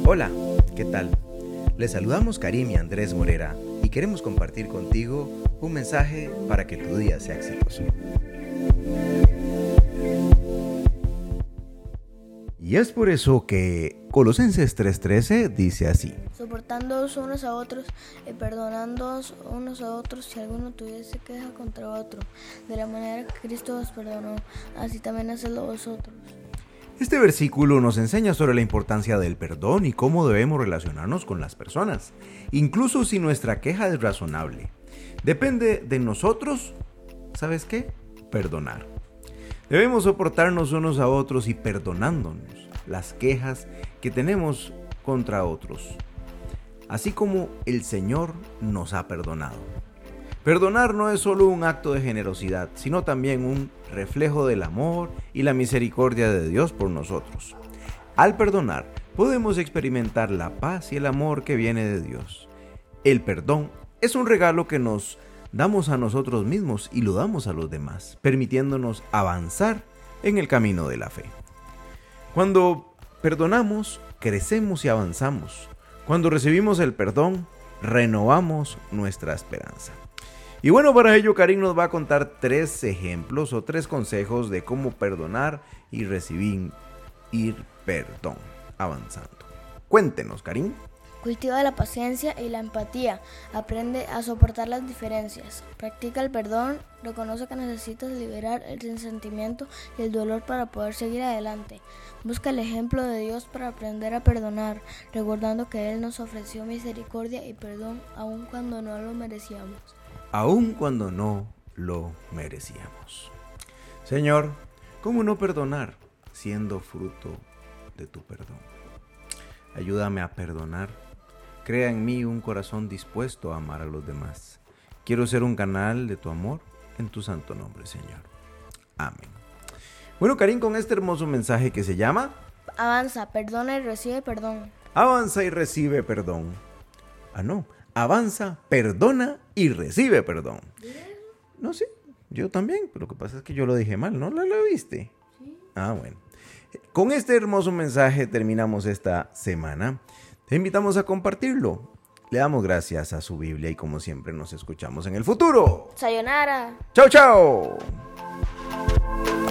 Hola, ¿qué tal? Les saludamos Karim y Andrés Morera y queremos compartir contigo un mensaje para que tu día sea exitoso. Y es por eso que Colosenses 3:13 dice así: soportándoos unos a otros y perdonándoos unos a otros si alguno tuviese queja contra otro, de la manera que Cristo os perdonó, así también hacedlo vosotros. Este versículo nos enseña sobre la importancia del perdón y cómo debemos relacionarnos con las personas, incluso si nuestra queja es razonable. Depende de nosotros, ¿sabes qué? Perdonar. Debemos soportarnos unos a otros y perdonándonos las quejas que tenemos contra otros, así como el Señor nos ha perdonado. Perdonar no es solo un acto de generosidad, sino también un reflejo del amor y la misericordia de Dios por nosotros. Al perdonar, podemos experimentar la paz y el amor que viene de Dios. El perdón es un regalo que nos damos a nosotros mismos y lo damos a los demás, permitiéndonos avanzar en el camino de la fe. Cuando perdonamos, crecemos y avanzamos. Cuando recibimos el perdón, renovamos nuestra esperanza. Y bueno, para ello Karim nos va a contar 3 ejemplos o 3 consejos de cómo perdonar y recibir perdón, avanzando. Cuéntenos, Karim. Cultiva la paciencia y la empatía. Aprende a soportar las diferencias. Practica el perdón. Reconoce que necesitas liberar el resentimiento y el dolor para poder seguir adelante. Busca el ejemplo de Dios para aprender a perdonar, recordando que Él nos ofreció misericordia y perdón aun cuando no lo merecíamos. Aun cuando no lo merecíamos. Señor, ¿cómo no perdonar siendo fruto de tu perdón? Ayúdame a perdonar. Crea en mí un corazón dispuesto a amar a los demás. Quiero ser un canal de tu amor en tu santo nombre, Señor. Amén. Bueno, Karim, con este hermoso mensaje que se llama Avanza, perdona y recibe perdón. Avanza y recibe perdón. Avanza, perdona y recibe perdón. No sé, yo también, pero lo que pasa es que yo lo dije mal, ¿no? ¿Lo viste? Sí. Bueno. Con este hermoso mensaje terminamos esta semana. Te invitamos a compartirlo. Le damos gracias a su Biblia y como siempre nos escuchamos en el futuro. Sayonara. Chao, chao.